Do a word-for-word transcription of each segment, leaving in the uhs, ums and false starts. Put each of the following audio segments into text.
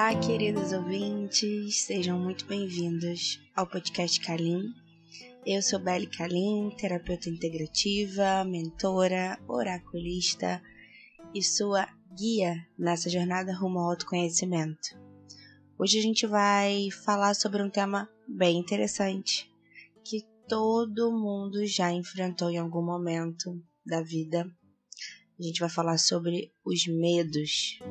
Olá, queridos ouvintes, sejam muito bem-vindos ao podcast Kalim. Eu sou Beli Kalim, terapeuta integrativa, mentora, oraculista e sua guia nessa jornada rumo ao autoconhecimento. Hoje a gente vai falar sobre um tema bem interessante que todo mundo já enfrentou em algum momento da vida. A gente vai falar sobre os medos.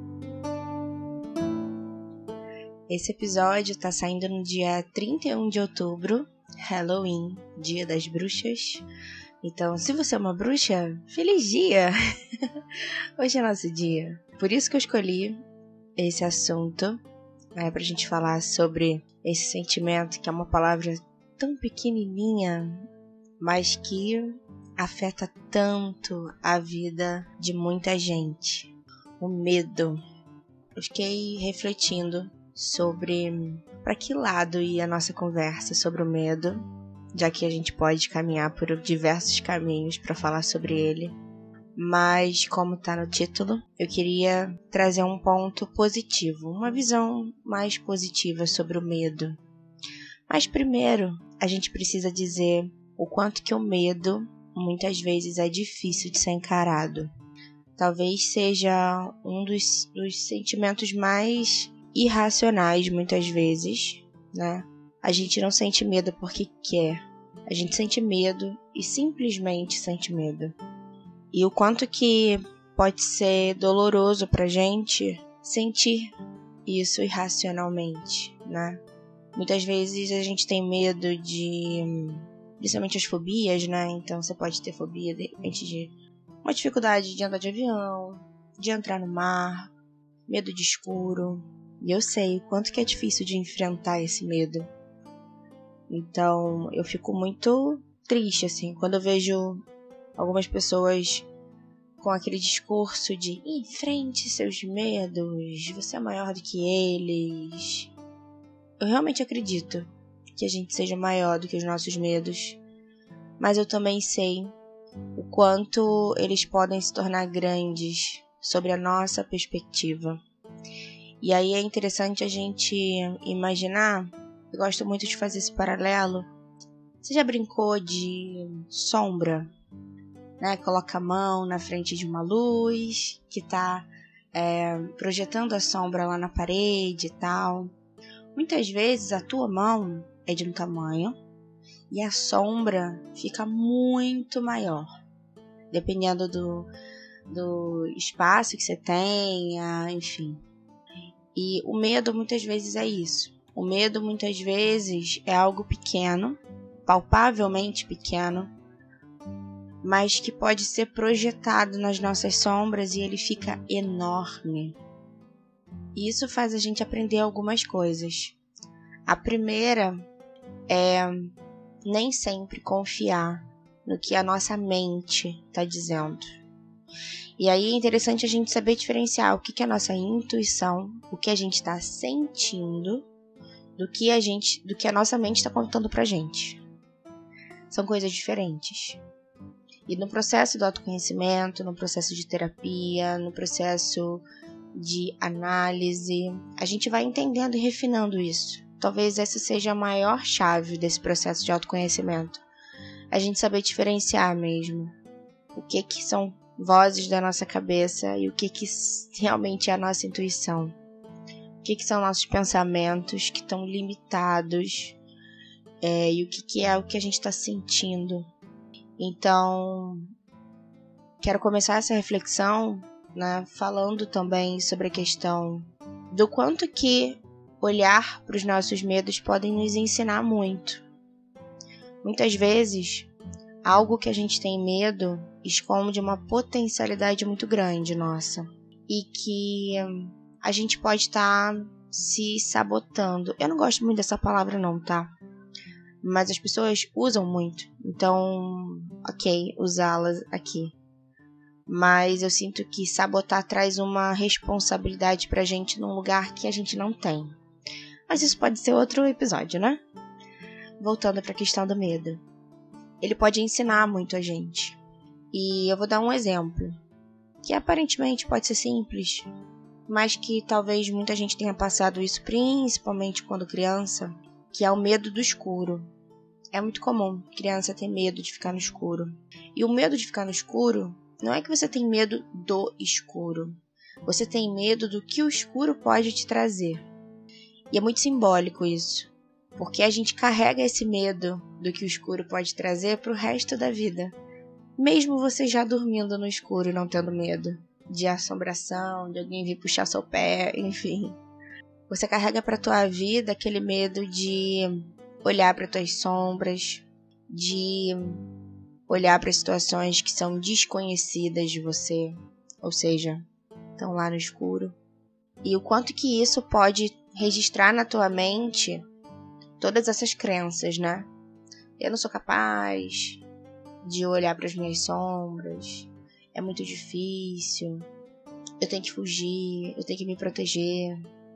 Esse episódio está saindo no dia trinta e um de outubro, Halloween, dia das bruxas. Então, se você é uma bruxa, feliz dia! Hoje é nosso dia. Por isso que eu escolhi esse assunto, né, pra gente falar sobre esse sentimento, que é uma palavra tão pequenininha, mas que afeta tanto a vida de muita gente. O medo. Eu fiquei refletindo sobre para que lado ia a nossa conversa sobre o medo, já que a gente pode caminhar por diversos caminhos para falar sobre ele. Mas, como está no título, eu queria trazer um ponto positivo, uma visão mais positiva sobre o medo. Mas primeiro, a gente precisa dizer o quanto que o medo muitas vezes é difícil de ser encarado. Talvez seja um dos, dos sentimentos mais irracionais muitas vezes, né? A gente não sente medo porque quer. A gente sente medo e simplesmente sente medo. E o quanto que pode ser doloroso pra gente sentir isso irracionalmente, né? Muitas vezes a gente tem medo de, principalmente as fobias, né? Então você pode ter fobia de repente de uma dificuldade de andar de avião, de entrar no mar, medo de escuro. E eu sei o quanto que é difícil de enfrentar esse medo. Então, eu fico muito triste, assim, quando eu vejo algumas pessoas com aquele discurso de enfrente seus medos, você é maior do que eles. Eu realmente acredito que a gente seja maior do que os nossos medos, mas eu também sei o quanto eles podem se tornar grandes sobre a nossa perspectiva. E aí é interessante a gente imaginar, eu gosto muito de fazer esse paralelo. Você já brincou de sombra? Né? Coloca a mão na frente de uma luz que está é, projetando a sombra lá na parede e tal. Muitas vezes a tua mão é de um tamanho e a sombra fica muito maior, dependendo do, do espaço que você tenha, enfim. E o medo muitas vezes é isso. O medo muitas vezes é algo pequeno, palpavelmente pequeno, mas que pode ser projetado nas nossas sombras e ele fica enorme. E isso faz a gente aprender algumas coisas. A primeira é nem sempre confiar no que a nossa mente está dizendo. E aí é interessante a gente saber diferenciar o que é a nossa intuição, o que a gente está sentindo, do que a gente, do que a nossa mente está contando pra gente. São coisas diferentes. E no processo do autoconhecimento, no processo de terapia, no processo de análise, a gente vai entendendo e refinando isso. Talvez essa seja a maior chave desse processo de autoconhecimento. A gente saber diferenciar mesmo o que que são vozes da nossa cabeça e o que, que realmente é a nossa intuição. O que, que são nossos pensamentos que estão limitados é, e o que, que é o que a gente está sentindo. Então, quero começar essa reflexão, né, falando também sobre a questão do quanto que olhar para os nossos medos podem nos ensinar muito. Muitas vezes, algo que a gente tem medo esconde uma potencialidade muito grande nossa e que a gente pode estar tá se sabotando. Eu não gosto muito dessa palavra não, tá? Mas as pessoas usam muito, então, ok, usá-las aqui. Mas eu sinto que sabotar traz uma responsabilidade pra gente num lugar que a gente não tem. Mas isso pode ser outro episódio, né? Voltando para a questão do medo. Ele pode ensinar muito a gente. E eu vou dar um exemplo, que aparentemente pode ser simples, mas que talvez muita gente tenha passado isso, principalmente quando criança, que é o medo do escuro. É muito comum criança ter medo de ficar no escuro. E o medo de ficar no escuro não é que você tem medo do escuro. Você tem medo do que o escuro pode te trazer. E é muito simbólico isso, porque a gente carrega esse medo do que o escuro pode trazer para o resto da vida. Mesmo você já dormindo no escuro e não tendo medo de assombração, de alguém vir puxar seu pé, enfim. Você carrega para tua vida aquele medo de olhar para tuas sombras, de olhar para situações que são desconhecidas de você, ou seja, estão lá no escuro. E o quanto que isso pode registrar na tua mente todas essas crenças, né? Eu não sou capaz de olhar para as minhas sombras, é muito difícil, eu tenho que fugir, eu tenho que me proteger.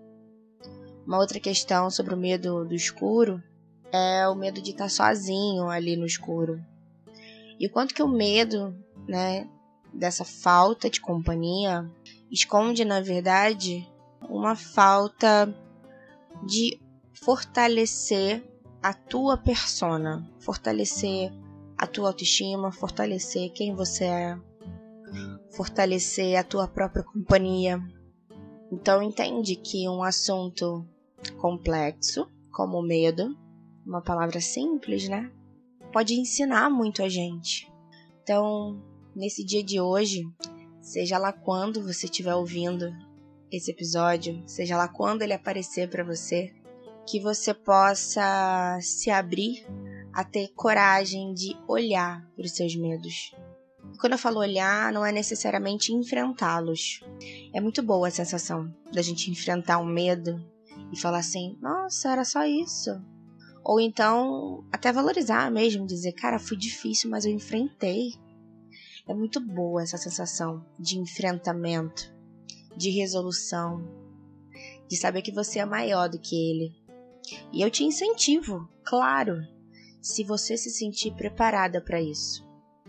Uma outra questão sobre o medo do escuro é o medo de estar sozinho ali no escuro. E o quanto que o medo, né, dessa falta de companhia esconde, na verdade, uma falta de fortalecer a tua persona, fortalecer a tua autoestima, fortalecer quem você é, fortalecer a tua própria companhia. Então entende que um assunto complexo, como o medo, uma palavra simples, né, pode ensinar muito a gente. Então, nesse dia de hoje, seja lá quando você estiver ouvindo esse episódio, seja lá quando ele aparecer para você, que você possa se abrir a ter coragem de olhar para os seus medos. E quando eu falo olhar, não é necessariamente enfrentá-los. É muito boa a sensação da gente enfrentar um medo e falar assim, nossa, era só isso. Ou então, até valorizar mesmo, dizer, cara, foi difícil, mas eu enfrentei. É muito boa essa sensação de enfrentamento, de resolução, de saber que você é maior do que ele. E eu te incentivo, claro, se você se sentir preparada para isso.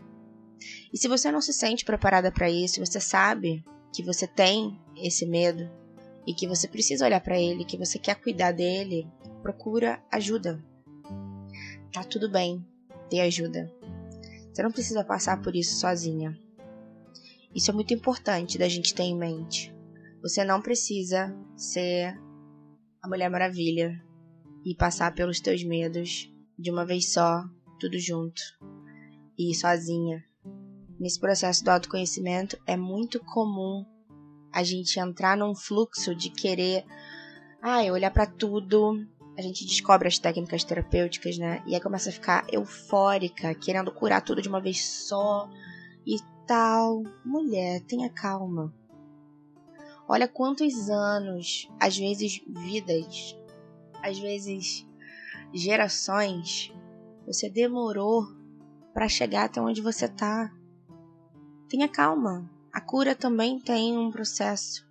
E se você não se sente preparada para isso, você sabe que você tem esse medo e que você precisa olhar para ele, que você quer cuidar dele, procura ajuda. Tá tudo bem ter ajuda. Você não precisa passar por isso sozinha. Isso é muito importante da gente ter em mente. Você não precisa ser a Mulher Maravilha e passar pelos teus medos de uma vez só, tudo junto e sozinha. Nesse processo do autoconhecimento é muito comum a gente entrar num fluxo de querer ah, olhar pra tudo. A gente descobre as técnicas terapêuticas, né? E aí começa a ficar eufórica, querendo curar tudo de uma vez só e tal. Mulher, tenha calma. Olha quantos anos, às vezes vidas, às vezes gerações, você demorou para chegar até onde você tá. Tenha calma. A cura também tem um processo.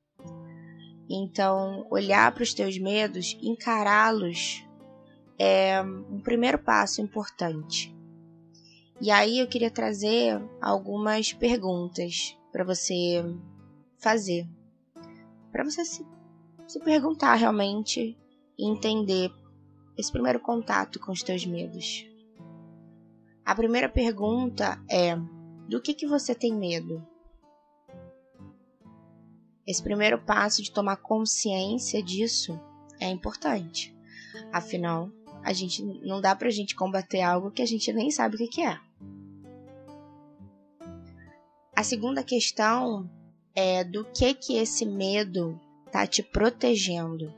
Então, olhar para os teus medos, encará-los, é um primeiro passo importante. E aí eu queria trazer algumas perguntas para você fazer. Para você se, se perguntar realmente e entender esse primeiro contato com os teus medos. A primeira pergunta é: do que, que você tem medo? Esse primeiro passo de tomar consciência disso é importante. Afinal, a gente, não dá pra gente combater algo que a gente nem sabe o que, que é. A segunda questão é do que, que esse medo tá te protegendo.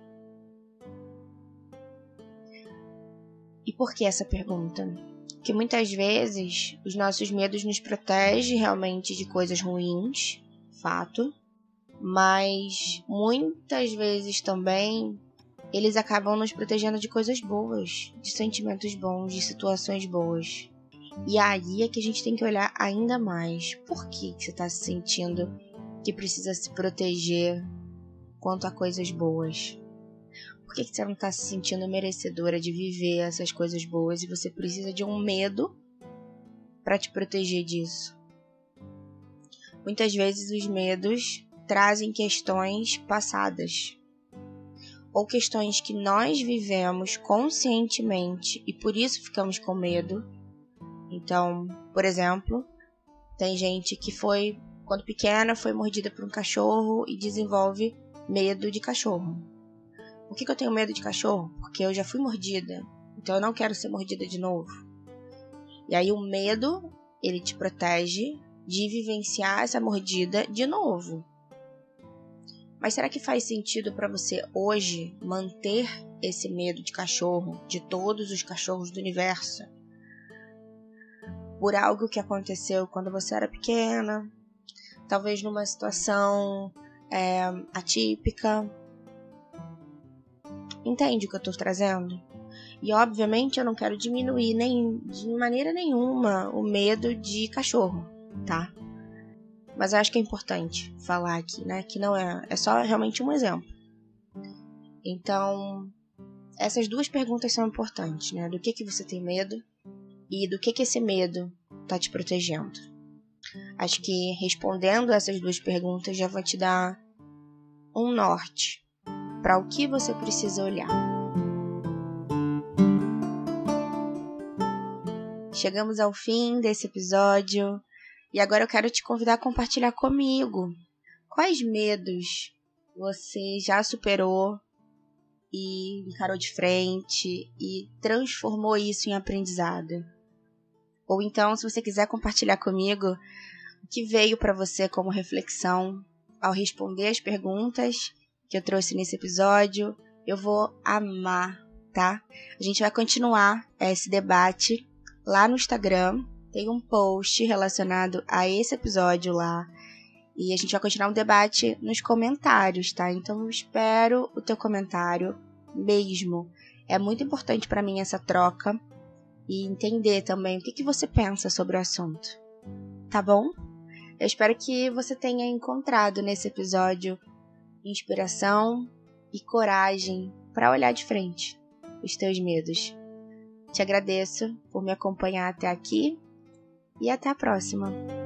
E por que essa pergunta? Porque muitas vezes os nossos medos nos protegem realmente de coisas ruins, fato. Mas muitas vezes também eles acabam nos protegendo de coisas boas, de sentimentos bons, de situações boas. E aí é que a gente tem que olhar ainda mais. Por que você está se sentindo que precisa se proteger quanto a coisas boas? Por que você não está se sentindo merecedora de viver essas coisas boas e você precisa de um medo para te proteger disso? Muitas vezes os medos trazem questões passadas ou questões que nós vivemos conscientemente e por isso ficamos com medo. Então, por exemplo, tem gente que foi, quando pequena, foi mordida por um cachorro e desenvolve medo de cachorro. Por que, que eu tenho medo de cachorro? Porque eu já fui mordida, então eu não quero ser mordida de novo. E aí o medo, ele te protege de vivenciar essa mordida de novo. Mas será que faz sentido para você hoje manter esse medo de cachorro, de todos os cachorros do universo, por algo que aconteceu quando você era pequena, talvez numa situação é, atípica? Entende o que eu estou trazendo? E obviamente eu não quero diminuir nem, de maneira nenhuma o medo de cachorro, tá? Mas eu acho que é importante falar aqui, né? Que não é... É só realmente um exemplo. Então, essas duas perguntas são importantes, né? Do que, que você tem medo e do que, que esse medo tá te protegendo. Acho que respondendo essas duas perguntas já vai te dar um norte para o que você precisa olhar. Chegamos ao fim desse episódio. E agora eu quero te convidar a compartilhar comigo quais medos você já superou e encarou de frente e transformou isso em aprendizado. Ou então, se você quiser compartilhar comigo o que veio para você como reflexão ao responder as perguntas que eu trouxe nesse episódio, eu vou amar, tá? A gente vai continuar esse debate lá no Instagram. Tem um post relacionado a esse episódio lá. E a gente vai continuar um debate nos comentários, tá? Então eu espero o teu comentário mesmo. É muito importante para mim essa troca e entender também o que, que você pensa sobre o assunto. Tá bom? Eu espero que você tenha encontrado nesse episódio inspiração e coragem para olhar de frente os teus medos. Te agradeço por me acompanhar até aqui. E até a próxima!